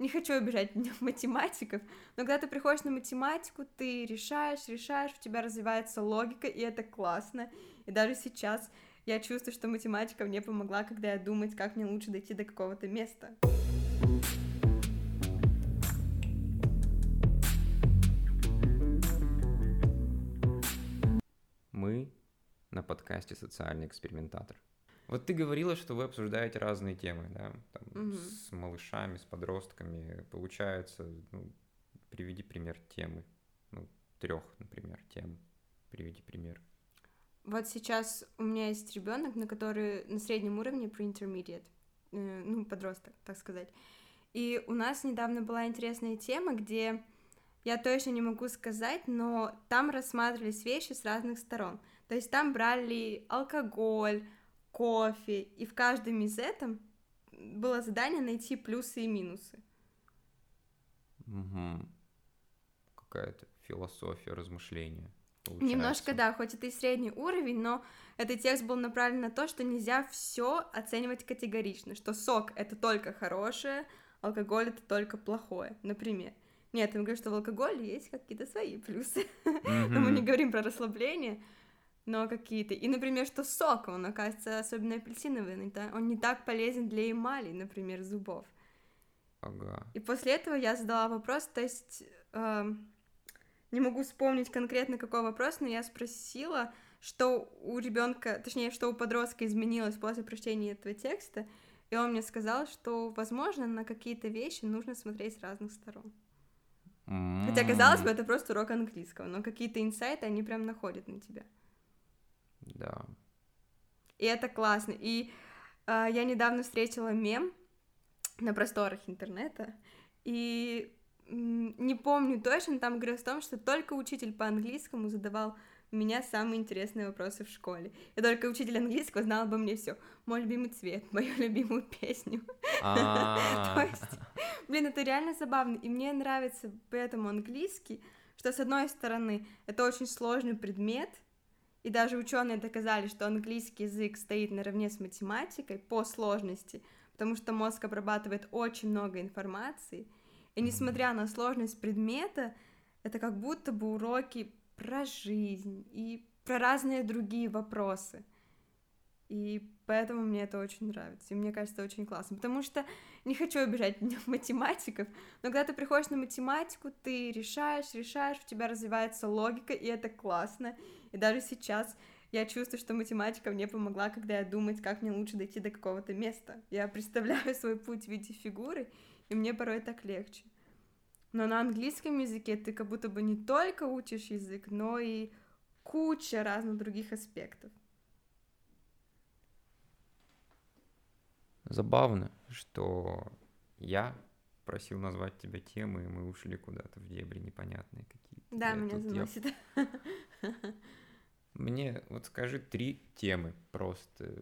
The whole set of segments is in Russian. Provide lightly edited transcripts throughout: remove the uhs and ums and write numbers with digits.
не хочу обижать математиков, но когда ты приходишь на математику, ты решаешь, у тебя развивается логика, и это классно. И даже сейчас я чувствую, что математика мне помогла, когда я думать, как мне лучше дойти до какого-то места. Мы на подкасте «Социальный экспериментатор». Вот ты говорила, что вы обсуждаете разные темы, да, там, с малышами, с подростками. Получается, приведи пример темы. 3, например, тем. Приведи пример. Вот сейчас у меня есть ребенок, который на среднем уровне pre-intermediate, подросток, так сказать. И у нас недавно была интересная тема, где я точно не могу сказать, но там рассматривались вещи с разных сторон. То есть там брали алкоголь, кофе, и в каждом из этого было задание найти плюсы и минусы. Угу. Какая-то философия, размышления. Получается. Немножко, да, хоть это и средний уровень, но этот текст был направлен на то, что нельзя все оценивать категорично, что сок — это только хорошее, алкоголь — это только плохое, например. Нет, я говорю, что в алкоголе есть какие-то свои плюсы. Но мы не говорим про расслабление, но какие-то. И, например, что сок, он, оказывается, особенно апельсиновый, он не так полезен для эмали, например, зубов. Ага. И после этого я задала вопрос, то есть не могу вспомнить конкретно какой вопрос, но я спросила, что у ребенка, точнее, что у подростка изменилось после прочтения этого текста, и он мне сказал, что, возможно, на какие-то вещи нужно смотреть с разных сторон. Хотя, казалось бы, это просто урок английского, но какие-то инсайты, они прям находят на тебя. Да. И это классно. И я недавно встретила мем на просторах интернета, и не помню точно, там говорилось о том, что только учитель по английскому задавал меня самые интересные вопросы в школе. И только учитель английского знал обо мне все. Мой любимый цвет, мою любимую песню. То есть, это реально забавно. И мне нравится поэтому английский, что, с одной стороны, это очень сложный предмет, и даже ученые доказали, что английский язык стоит наравне с математикой по сложности, потому что мозг обрабатывает очень много информации. И несмотря на сложность предмета, это как будто бы уроки про жизнь и про разные другие вопросы. И поэтому мне это очень нравится, и мне кажется, это очень классно, потому что не хочу обижать математиков, но когда ты приходишь на математику, ты решаешь, у тебя развивается логика, и это классно, и даже сейчас я чувствую, что математика мне помогла, когда я думать, как мне лучше дойти до какого-то места. Я представляю свой путь в виде фигуры, и мне порой так легче. Но на английском языке ты как будто бы не только учишь язык, но и куча разных других аспектов. Забавно, что я просил назвать тебя темы, и мы ушли куда-то в дебри непонятные какие-то. Да, меня заносит. Мне, вот скажи 3 темы просто.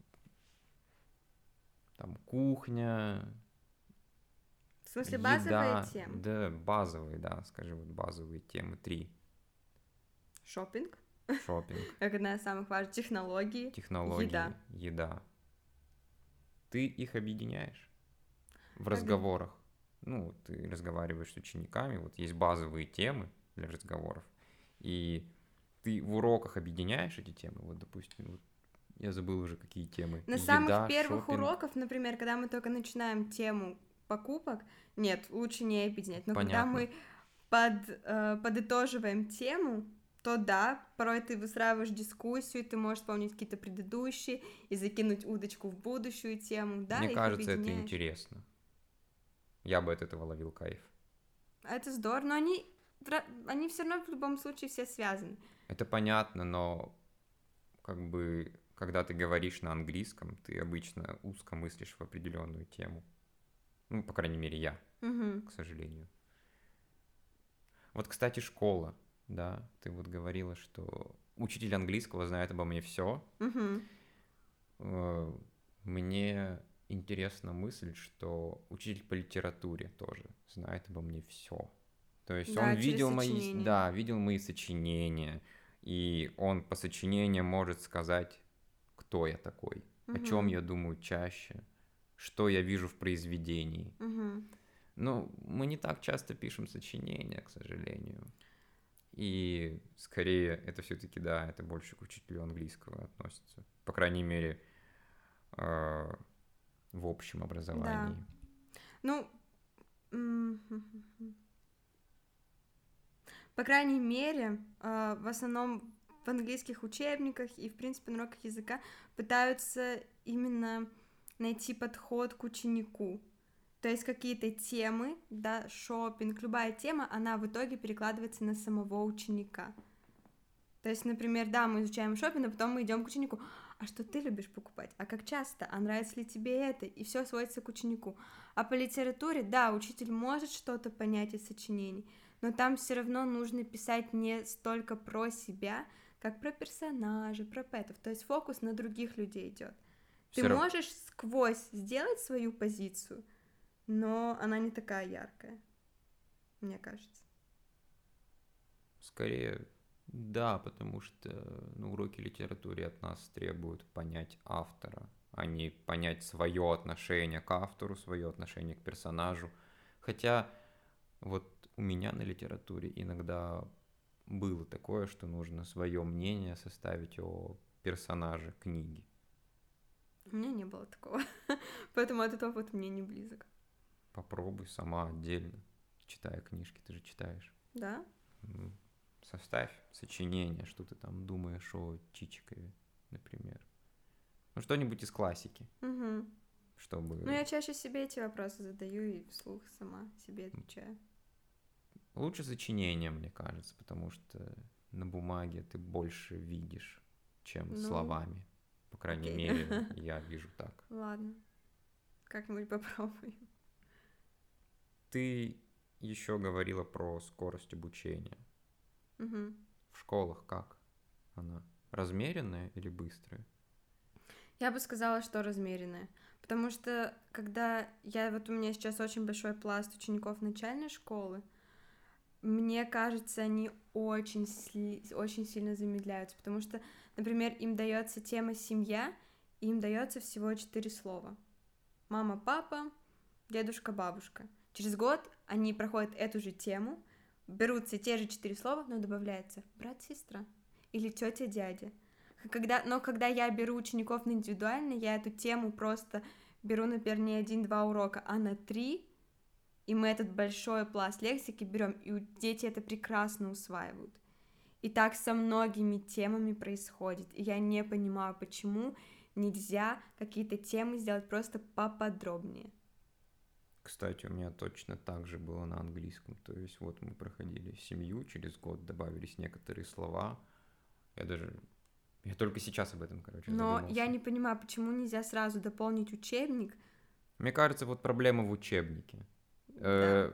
Там кухня. В смысле, базовые еда, темы? Да, базовые, да, скажи, вот базовые темы 3. Шопинг. Шопинг. Как одна из самых важных. Технологии. Еда. Ты их объединяешь в разговорах. Ты разговариваешь с учениками, вот есть базовые темы для разговоров, и ты в уроках объединяешь эти темы, вот, допустим, я забыл уже, какие темы. На самых первых уроках, например, когда мы только начинаем тему покупок, нет, лучше не объединять, но когда мы подытоживаем тему, то да, порой ты выстраиваешь дискуссию, ты можешь вспомнить какие-то предыдущие и закинуть удочку в будущую тему, да, Мне кажется, это интересно. Я бы от этого ловил кайф. Это здорово, но они все равно в любом случае все связаны. Это понятно, но как бы, когда ты говоришь на английском, ты обычно узко мыслишь в определенную тему. По крайней мере, я, к сожалению. Вот, кстати, школа. Да, ты вот говорила, что учитель английского знает обо мне все. Мне интересна мысль, что учитель по литературе тоже знает обо мне все. То есть он видел мои сочинения, и он по сочинениям может сказать, кто я такой, о чем я думаю чаще, что я вижу в произведении. Ну, мы не так часто пишем сочинения, к сожалению. И скорее это все-таки, да, это больше к учителю английского относится. По крайней мере, в общем образовании. Да. Ну, по крайней мере, в основном в английских учебниках и, в принципе, на уроках языка пытаются именно найти подход к ученику. То есть какие-то темы, да, шопинг, любая тема, она в итоге перекладывается на самого ученика. То есть, например, да, мы изучаем шопинг, а потом мы идем к ученику. А что ты любишь покупать? А как часто? А нравится ли тебе это? И все сводится к ученику. А по литературе, да, учитель может что-то понять из сочинений, но там все равно нужно писать не столько про себя, как про персонажа, про пэтов. То есть фокус на других людей идет. Ты можешь сквозь сделать свою позицию, но она не такая яркая, мне кажется. Скорее, да, потому что на уроке литературы от нас требуют понять автора, а не понять свое отношение к автору, свое отношение к персонажу. Хотя вот у меня на литературе иногда было такое, что нужно свое мнение составить о персонаже книги. У меня не было такого, поэтому этот опыт мне не близок. Попробуй сама отдельно, читая книжки, ты же читаешь. Да? Составь сочинение, что ты там думаешь о Чичикове, например. Ну, что-нибудь из классики. Угу. Чтобы... Ну, я чаще себе эти вопросы задаю и вслух сама себе отвечаю. Лучше сочинение, мне кажется, потому что на бумаге ты больше видишь, чем словами. По крайней мере, я вижу так. Ладно, как-нибудь попробуем. Ты еще говорила про скорость обучения. Угу. В школах как она? Размеренная или быстрая? Я бы сказала, что размеренная. Потому что, когда у меня сейчас очень большой пласт учеников начальной школы, мне кажется, они очень сильно замедляются, потому что, например, им дается тема семья, и им дается всего 4 слова. Мама, папа, дедушка, бабушка. Через год они проходят эту же тему, берутся те же 4 слова, но добавляется брат, сестра или тетя, дядя. Но когда я беру учеников на индивидуально, я эту тему просто беру, например, не 1-2 урока, а на 3, и мы этот большой пласт лексики берем, и дети это прекрасно усваивают. И так со многими темами происходит, и я не понимаю, почему нельзя какие-то темы сделать просто поподробнее. Кстати, у меня точно так же было на английском. То есть вот мы проходили семью, через год добавились некоторые слова. Я только сейчас об этом, задумался. Я не понимаю, почему нельзя сразу дополнить учебник. Мне кажется, вот проблема в учебнике. Да.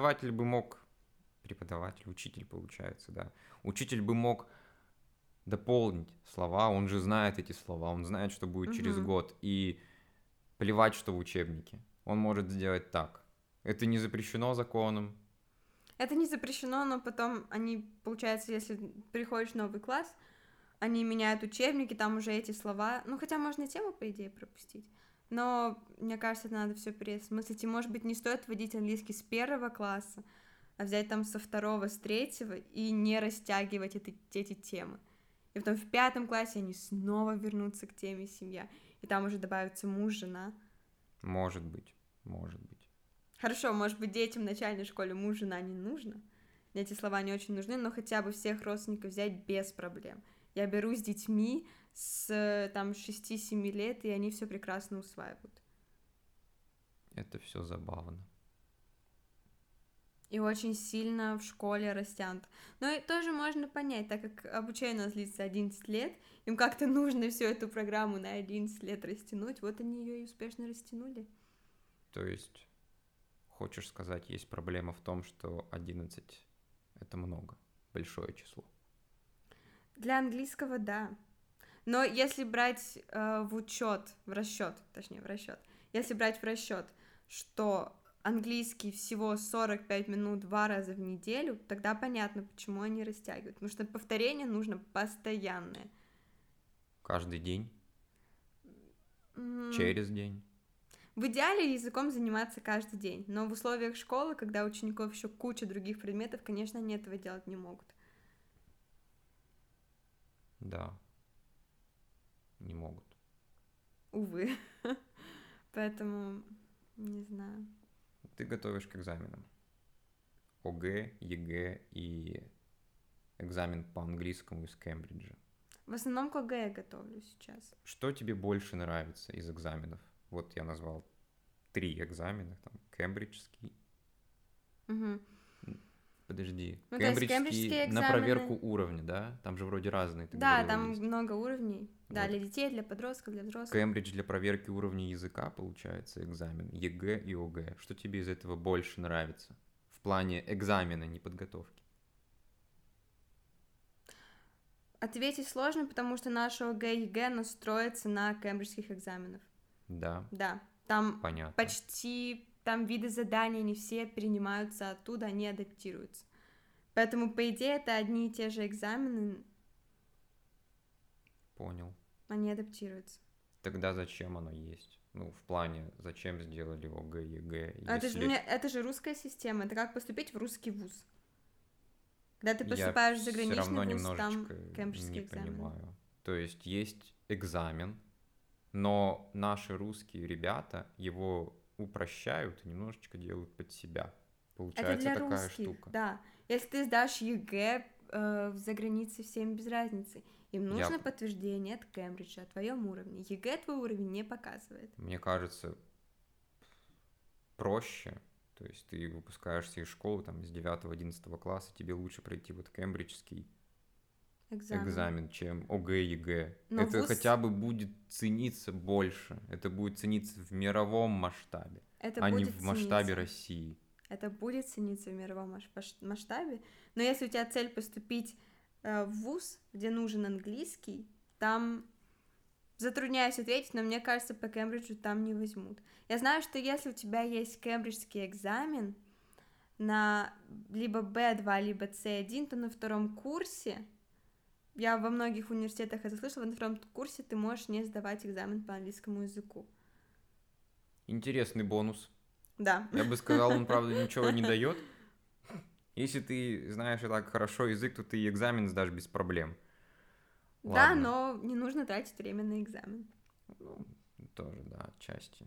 Учитель, получается, да. Учитель бы мог дополнить слова, он же знает эти слова, он знает, что будет через год, и плевать, что в учебнике. Он может сделать так. Это не запрещено законом. Это не запрещено, но потом они, получается, если приходишь в новый класс, они меняют учебники, там уже эти слова, хотя можно тему, по идее, пропустить. Но, мне кажется, это надо все переосмыслить. И, может быть, не стоит вводить английский с 1 класса, а взять там со 2, с 3 и не растягивать эти темы. И потом в 5 классе они снова вернутся к теме семья. И там уже добавится муж, жена. Может быть. Хорошо, может быть, детям в начальной школе муж, жена не нужно. Эти слова не очень нужны, но хотя бы всех родственников взять без проблем. Я беру с детьми с 6-7 лет, и они все прекрасно усваивают. Это все забавно. И очень сильно в школе растянут. Но и тоже можно понять, так как обучение у нас длится 11 лет, им как-то нужно всю эту программу на 11 лет растянуть, вот они ее и успешно растянули. То есть, хочешь сказать, есть проблема в том, что 11 — это много, большое число? Для английского, да. Но если брать в расчет, если брать в расчет, что английский всего 45 минут 2 раза в неделю, тогда понятно, почему они растягивают. Потому что повторение нужно постоянное. Каждый день? Через день? В идеале языком заниматься каждый день, но в условиях школы, когда у учеников еще куча других предметов, конечно, они этого делать не могут. Да, не могут. Увы. Поэтому, не знаю. Ты готовишь к экзаменам. ОГЭ, ЕГЭ и экзамен по английскому из Кембриджа. В основном к ОГЭ я готовлю сейчас. Что тебе больше нравится из экзаменов? Вот я назвал 3 экзамена, там, кембриджский. Угу. Подожди, Ну, кембриджский на проверку уровня, да? Там же вроде разные. Да, там много уровней. Да, вот. Для детей, для подростков, для взрослых. Кембридж для проверки уровня языка, получается, экзамен. ЕГЭ и ОГЭ. Что тебе из этого больше нравится? В плане экзамена, не подготовки. Ответить сложно, потому что наше ОГЭ и ЕГЭ настроится на кембриджских экзаменах. Да. Да, там понятно. Почти, там виды заданий, не все перенимаются оттуда, они адаптируются. Поэтому, по идее, это одни и те же экзамены. Понял. Они адаптируются. Тогда зачем оно есть? Ну, в плане, зачем сделали ОГЭ, ЕГЭ? Это же русская система, это как поступить в русский вуз. Когда ты поступаешь в заграничный вуз, там кембриджский экзамен. Я понимаю. То есть экзамен, но наши русские ребята его упрощают и немножечко делают под себя. Получается это для такая русских, штука. Да. Если ты сдашь ЕГЭ за границей, всем без разницы. Им нужно подтверждение от Кембриджа о твоем уровне. ЕГЭ твой уровень не показывает. Мне кажется, проще. То есть ты выпускаешься из школы, там, из 9-11 класса, тебе лучше пройти вот кембриджский экзамен, чем ОГЭ, ЕГЭ. Но это хотя бы будет цениться больше. Это будет цениться в мировом масштабе, не в масштабе России. Это будет цениться в мировом масштабе. Но если у тебя цель поступить в вуз, где нужен английский, там затрудняюсь ответить, но мне кажется, по Кембриджу там не возьмут. Я знаю, что если у тебя есть кембриджский экзамен на либо B2, либо C1, то на втором курсе, я во многих университетах это слышала, на втором курсе ты можешь не сдавать экзамен по английскому языку. Интересный бонус. Да. Я бы сказал, он, правда, ничего не дает. Если ты знаешь и так хорошо язык, то ты экзамен сдашь без проблем. Да, но не нужно тратить время на экзамен. Ну, тоже, да, отчасти.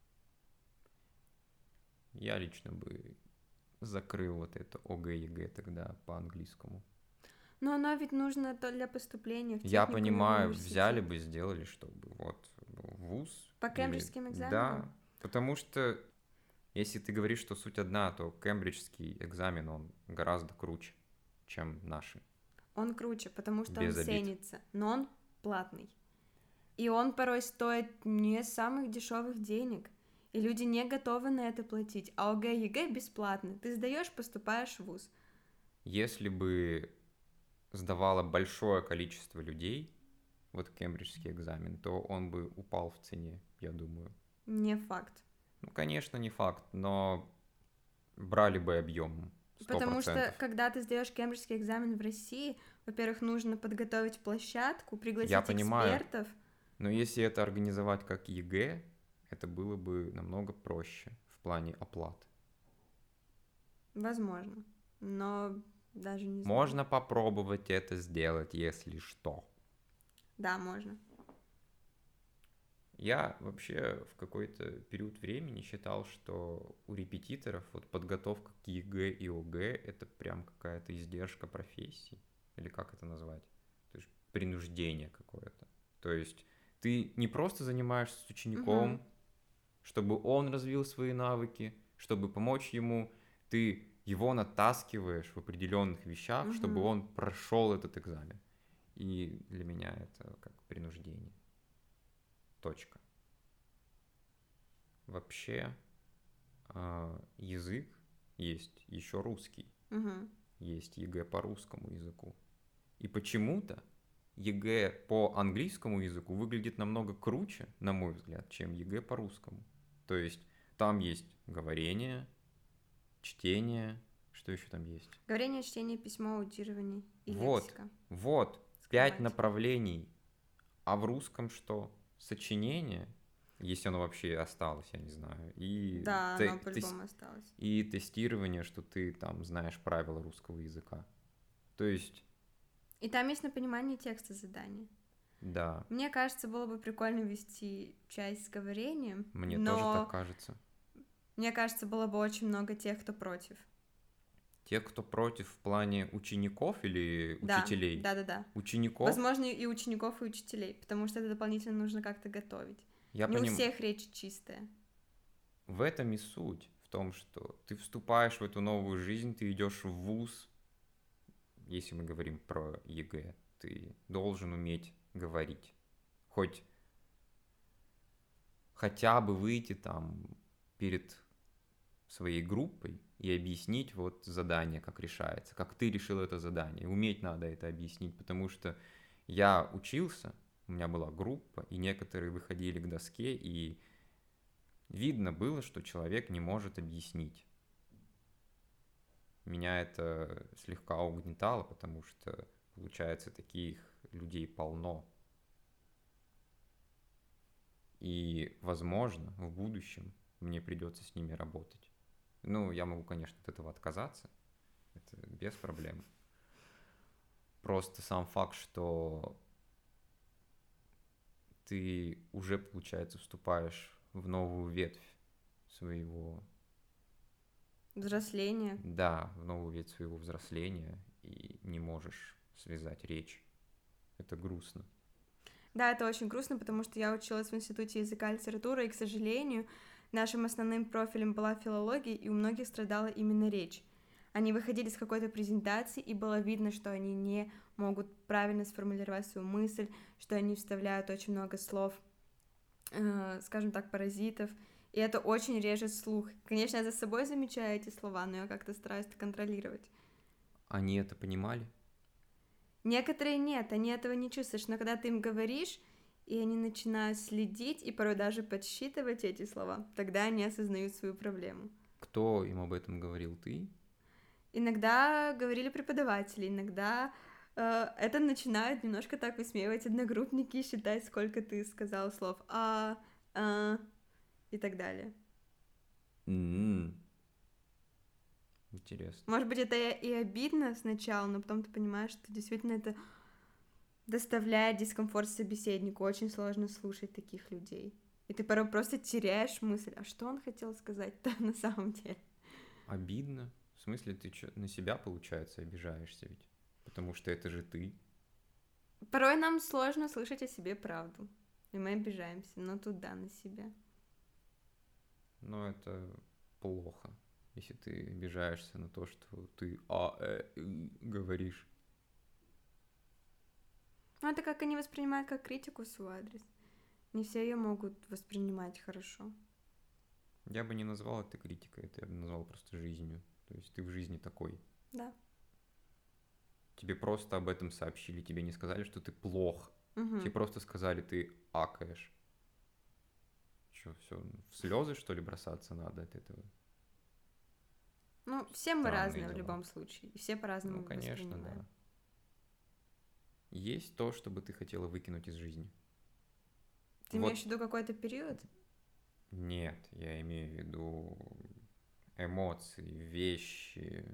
Я лично бы закрыл вот это ОГЭ, ЕГЭ тогда по английскому. Но оно ведь нужно то для поступления в техникум. Я понимаю, взяли бы, сделали, чтобы вот вуз. По кембриджским экзаменам? Да, потому что если ты говоришь, что суть одна, то кембриджский экзамен, он гораздо круче, чем наши. Он круче, потому что он ценится, но он платный. И он порой стоит не самых дешевых денег. И люди не готовы на это платить. А ОГЭ и ЕГЭ бесплатно. Ты сдаешь, поступаешь в вуз. Если бы сдавало большое количество людей вот кембриджский экзамен, то он бы упал в цене, я думаю. Не факт. Ну, конечно, не факт, но брали бы объемом. 100%. Потому что, когда ты сдаешь кембриджский экзамен в России, во-первых, нужно подготовить площадку, пригласить экспертов. Но если это организовать как ЕГЭ, это было бы намного проще в плане оплаты. Возможно, но даже не знаю. Можно попробовать это сделать, если что. Да, можно. Я вообще в какой-то период времени считал, что у репетиторов вот подготовка к ЕГЭ и ОГЭ — это прям какая-то издержка профессии. Или как это назвать? То есть принуждение какое-то. То есть ты не просто занимаешься с учеником, чтобы он развил свои навыки, чтобы помочь ему, ты его натаскиваешь в определенных вещах, чтобы он прошел этот экзамен. И для меня это как принуждение. Точка. Вообще язык есть еще русский. Есть ЕГЭ по русскому языку. И почему-то ЕГЭ по английскому языку выглядит намного круче, на мой взгляд, чем ЕГЭ по русскому. То есть там есть говорение, чтение, что еще там есть? Говорение, чтение, письмо, аудирование и лексика. Вот, 5 направлений. А в русском что? Сочинение Если оно вообще осталось, я не знаю. И да, оно по-любому осталось. И тестирование, что ты там знаешь правила русского языка. То есть... И там есть на понимание текста задания. Да. Мне кажется, было бы прикольно ввести часть с говорением. Мне тоже так кажется. Мне кажется, было бы очень много тех, кто против. Тех, кто против в плане учеников или учителей? Да. Учеников? Возможно, и учеников, и учителей, потому что это дополнительно нужно как-то готовить. У всех речь чистая. В этом и суть. В том, что ты вступаешь в эту новую жизнь, ты идешь в вуз. Если мы говорим про ЕГЭ, ты должен уметь говорить. Хотя бы выйти там перед своей группой и объяснить вот задание, как решается, как ты решил это задание. Уметь надо это объяснить, потому что я учился, у меня была группа, и некоторые выходили к доске, и видно было, что человек не может объяснить. Меня это слегка угнетало, потому что, получается, таких людей полно. И, возможно, в будущем мне придется с ними работать. Ну, я могу, конечно, от этого отказаться. Это без проблем. Просто сам факт, что ты уже, получается, вступаешь в новую ветвь своего... Взросления. Да, в новую ветвь своего взросления, и не можешь связать речь. Это грустно. Да, это очень грустно, потому что я училась в Институте языка и литературы, и, к сожалению, нашим основным профилем была филология, и у многих страдала именно речь. Они выходили с какой-то презентации, и было видно, что они не могут правильно сформулировать свою мысль, что они вставляют очень много слов, скажем так, паразитов, и это очень режет слух. Конечно, я за собой замечаю эти слова, но я как-то стараюсь это контролировать. Они это понимали? Некоторые нет, они этого не чувствуют, но когда ты им говоришь, и они начинают следить и порой даже подсчитывать эти слова, тогда они осознают свою проблему. Кто им об этом говорил? Ты? Иногда говорили преподаватели, иногда это начинают немножко так высмеивать одногруппники, считать, сколько ты сказал слов и так далее. Интересно. Может быть, это и обидно сначала, но потом ты понимаешь, что действительно это доставляет дискомфорт собеседнику. Очень сложно слушать таких людей. И ты порой просто теряешь мысль, а что он хотел сказать-то на самом деле? Обидно? В смысле, ты на себя, получается, обижаешься ведь? Потому что это же ты. Порой нам сложно слышать о себе правду. И мы обижаемся, но тут да, на себя. Но это плохо, если ты обижаешься на то, что ты говоришь. Ну, это как они воспринимают как критику в свой адрес. Не все ее могут воспринимать хорошо. Я бы не назвал это критикой, это я бы назвал просто жизнью. То есть ты в жизни такой. Да. Тебе просто об этом сообщили, тебе не сказали, что ты плох. Угу. Тебе просто сказали, ты акаешь. Что, все, в слезы, что ли, бросаться надо от этого? Ну, все мы разные в любом случае. И все по-разному конечно, воспринимаем. Да. Есть то, что бы ты хотела выкинуть из жизни? Ты имеешь в виду какой-то период? Нет, я имею в виду эмоции, вещи,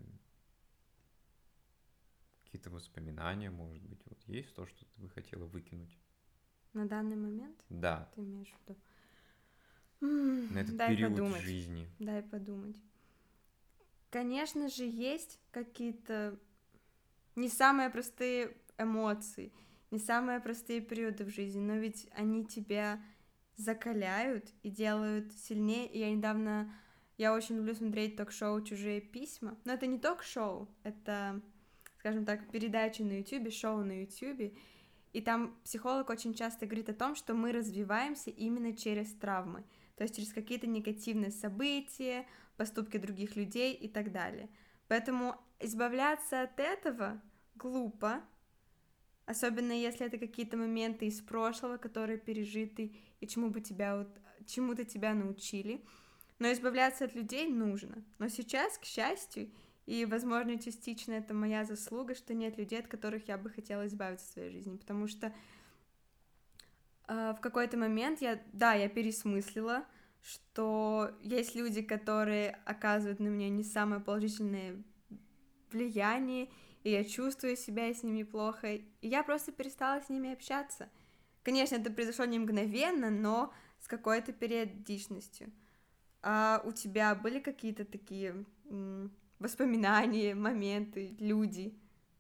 какие-то воспоминания, может быть. Вот есть то, что ты бы хотела выкинуть? На данный момент? Да. Ты имеешь в виду? На этот период жизни. Дай подумать. Конечно же, есть какие-то не самые простые эмоции, не самые простые периоды в жизни, но ведь они тебя закаляют и делают сильнее. И я очень люблю смотреть ток-шоу «Чужие письма», но это не ток-шоу, это, скажем так, передача на YouTube, шоу на YouTube, и там психолог очень часто говорит о том, что мы развиваемся именно через травмы, то есть через какие-то негативные события, поступки других людей и так далее. Поэтому избавляться от этого глупо, особенно если это какие-то моменты из прошлого, которые пережиты и чему-то тебя научили. Но избавляться от людей нужно. Но сейчас, к счастью, и, возможно, частично это моя заслуга, что нет людей, от которых я бы хотела избавиться в своей жизни, потому что в какой-то момент я пересмыслила, что есть люди, которые оказывают на меня не самое положительное влияние, и я чувствую себя с ними плохо, и я просто перестала с ними общаться. Конечно, это произошло не мгновенно, но с какой-то периодичностью. А у тебя были какие-то такие воспоминания, моменты, люди?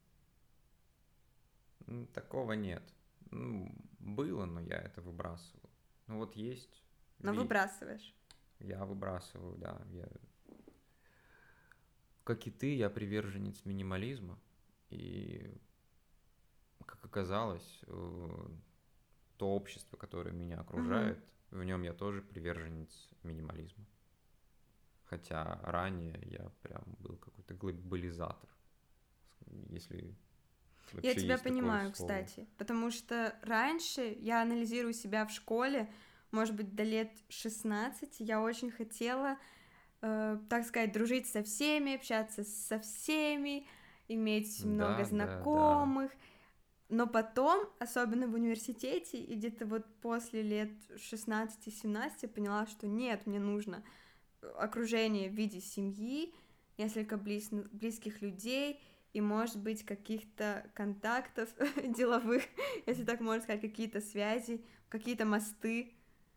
Такого нет. Было, но я это выбрасывал. Ну вот есть. Но выбрасываешь. Я выбрасываю, да. Как и ты, я приверженец минимализма. И, как оказалось, то общество, которое меня окружает, в нем я тоже приверженец минимализма. Хотя ранее я прям был какой-то глобализатор. Если я тебя понимаю, кстати, потому что раньше я анализирую себя в школе, может быть, до лет 16, я очень хотела, так сказать, дружить со всеми, общаться со всеми, иметь много знакомых, но потом, особенно в университете, и где-то вот после лет 16-17 я поняла, что нет, мне нужно окружение в виде семьи, несколько близких людей, и, может быть, каких-то контактов деловых, если так можно сказать, какие-то связи, какие-то мосты.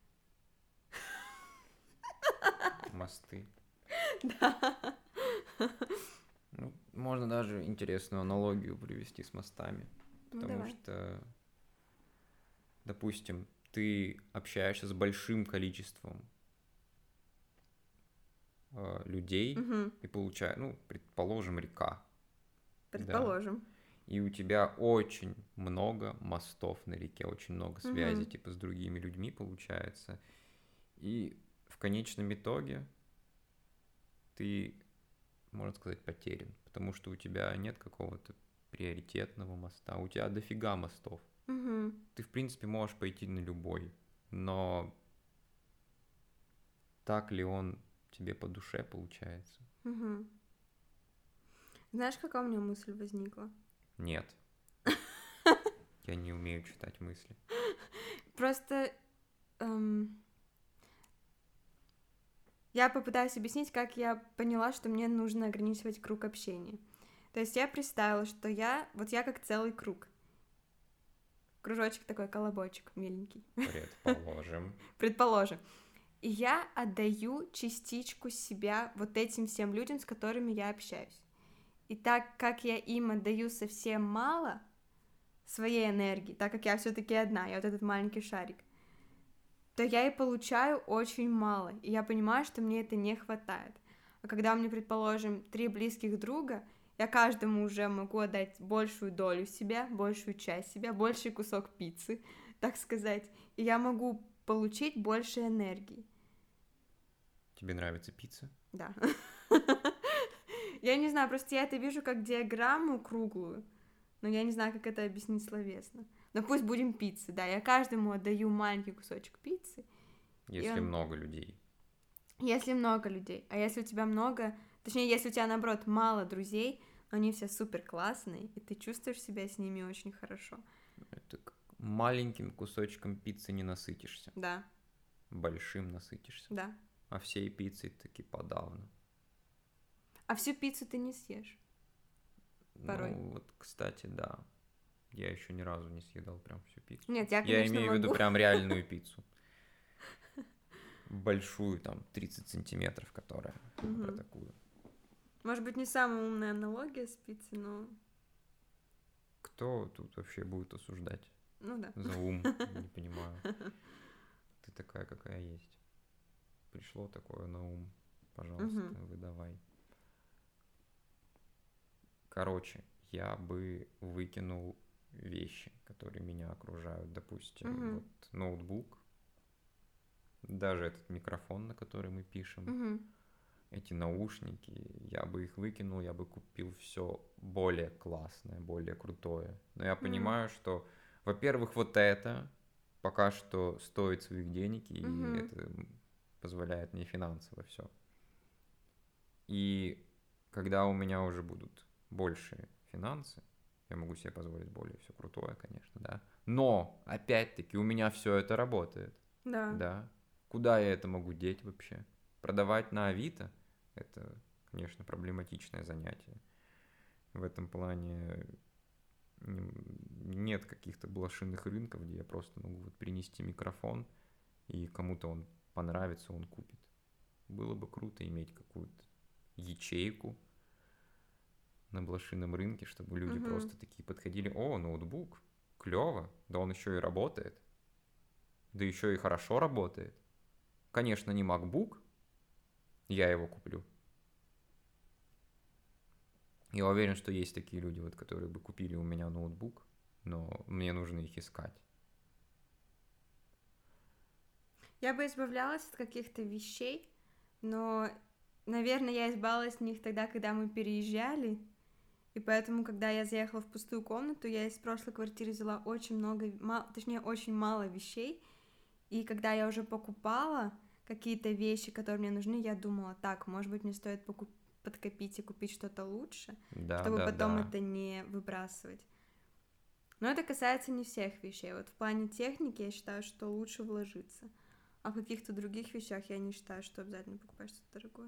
Мосты. Да. Ну, можно даже интересную аналогию привести с мостами. Потому что, допустим, ты общаешься с большим количеством людей и получаешь, предположим, река. Предположим. Да. И у тебя очень много мостов на реке, очень много связей, типа, с другими людьми получается. И в конечном итоге ты, можно сказать, потерян, потому что у тебя нет какого-то приоритетного моста, у тебя дофига мостов. Ты, в принципе, можешь пойти на любой, но так ли он тебе по душе получается? Знаешь, какая у меня мысль возникла? Нет. Я не умею читать мысли. Просто я попытаюсь объяснить, как я поняла, что мне нужно ограничивать круг общения. То есть я представила, что я как целый круг. Кружочек такой, колобочек миленький. Предположим. И я отдаю частичку себя вот этим всем людям, с которыми я общаюсь. И так как я им отдаю совсем мало своей энергии, так как я все-таки одна, я вот этот маленький шарик, то я и получаю очень мало, и я понимаю, что мне это не хватает. А когда у меня, предположим, 3 близких друга, я каждому уже могу отдать большую долю себя, большую часть себя, больший кусок пиццы, так сказать, и я могу получить больше энергии. Тебе нравится пицца? Да. Я не знаю, просто я это вижу как диаграмму круглую, но я не знаю, как это объяснить словесно. Но пусть будем пиццы, да, я каждому отдаю маленький кусочек пиццы. Если много людей. Если много людей, а если у тебя много, точнее, если у тебя, наоборот, мало друзей, но они все супер классные, и ты чувствуешь себя с ними очень хорошо. Это маленьким кусочком пиццы не насытишься. Да. Большим насытишься. Да. А всей пиццей таки подавно. А всю пиццу ты не съешь? Порой. Ну, вот, кстати, да. Я еще ни разу не съедал прям всю пиццу. Нет, я, конечно, имею в виду прям реальную пиццу. Большую, там, 30 сантиметров, которая. Про такую. Может быть, не самая умная аналогия с пиццей, но... Кто тут вообще будет осуждать? Ну да. За ум, не понимаю. Ты такая, какая есть. Пришло такое на ум. Пожалуйста, выдавай. Короче, я бы выкинул вещи, которые меня окружают. Допустим, вот ноутбук, даже этот микрофон, на который мы пишем, эти наушники, я бы их выкинул, я бы купил все более классное, более крутое. Но я понимаю, что, во-первых, вот это пока что стоит своих денег, и это позволяет мне финансово все. И когда у меня уже будут большие финансы, я могу себе позволить более все крутое, конечно, да, Но, опять-таки, у меня все это работает. Да. Да. Куда я это могу деть вообще? Продавать на Авито? Это, конечно, проблематичное занятие. В этом плане нет каких-то блошиных рынков, где я просто могу вот принести микрофон, и кому-то он понравится, он купит. Было бы круто иметь какую-то ячейку на блошином рынке, чтобы люди просто такие подходили: о, ноутбук, клево, да он еще и работает, да еще и хорошо работает. Конечно, не MacBook, я его куплю. Я уверен, что есть такие люди, вот, которые бы купили у меня ноутбук, но мне нужно их искать. Я бы избавлялась от каких-то вещей, но, наверное, я избавилась от них тогда, когда мы переезжали, и поэтому, когда я заехала в пустую комнату, я из прошлой квартиры взяла очень очень мало вещей, и когда я уже покупала какие-то вещи, которые мне нужны, я думала: так, может быть, мне стоит подкопить и купить что-то лучше, чтобы потом это не выбрасывать. Но это касается не всех вещей. Вот в плане техники я считаю, что лучше вложиться. А в каких-то других вещах я не считаю, что обязательно покупать что-то дорогое.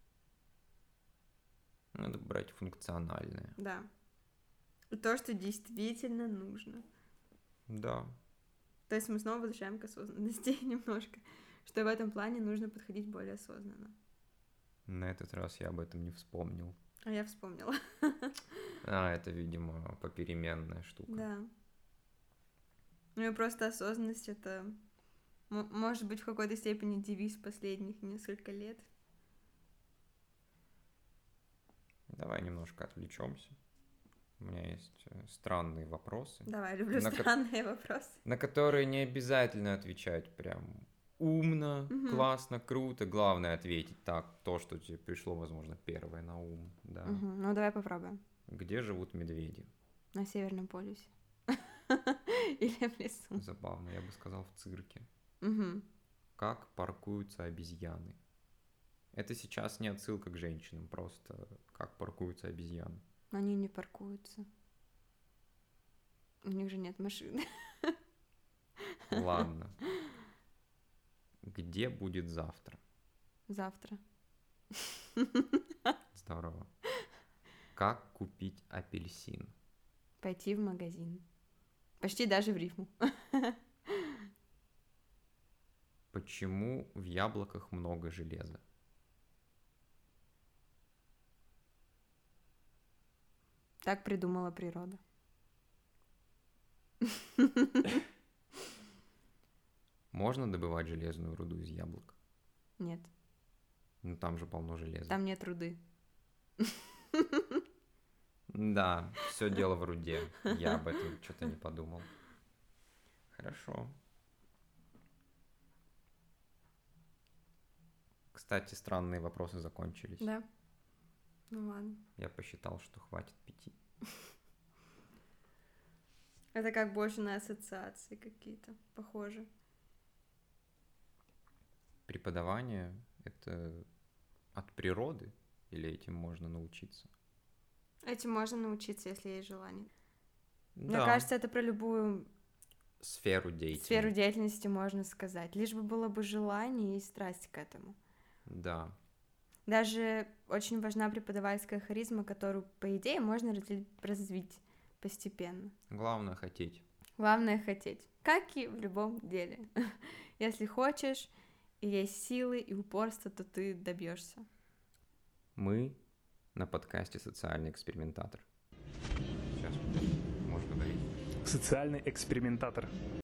Надо брать функциональное. Да. И то, что действительно нужно. Да. То есть мы снова возвращаем к осознанности немножко, что в этом плане нужно подходить более осознанно. На этот раз я об этом не вспомнил. А я вспомнила. Это, видимо, попеременная штука. Да. Ну и просто осознанность — это, может быть, в какой-то степени девиз последних несколько лет. Давай немножко отвлечемся. У меня есть странные вопросы. Давай, люблю странные вопросы. На которые не обязательно отвечать прям умно, классно, круто. Главное ответить так, то, что тебе пришло, возможно, первое на ум. Да. Ну, давай попробуем. Где живут медведи? На Северном полюсе. Или в лесу. Забавно, я бы сказал, в цирке. Как паркуются обезьяны? Это сейчас не отсылка к женщинам, просто как паркуются обезьяны. Они не паркуются. У них же нет машин. Ладно. Где будет завтра? Завтра. Здорово. Как купить апельсин? Пойти в магазин. Почти даже в рифму. Почему в яблоках много железа? Так придумала природа. Можно добывать железную руду из яблок? Нет. Ну там же полно железа. Там нет руды. Да, все дело в руде. Я об этом что-то не подумал. Хорошо. Кстати, странные вопросы закончились. Да. Ну ладно. Я посчитал, что хватит 5. Это как больше на ассоциации какие-то похожи. Преподавание — это от природы или этим можно научиться? Этим можно научиться, если есть желание. Да. Мне кажется, это про любую сферу деятельности. Сферу деятельности можно сказать. Лишь бы было бы желание и страсть к этому. Да. Даже очень важна преподавательская харизма, которую, по идее, можно развить постепенно. Главное хотеть. Главное хотеть. Как и в любом деле. Если хочешь, и есть силы, и упорство, то ты добьешься. Мы на подкасте «Социальный экспериментатор». Сейчас, можешь говорить. Социальный экспериментатор.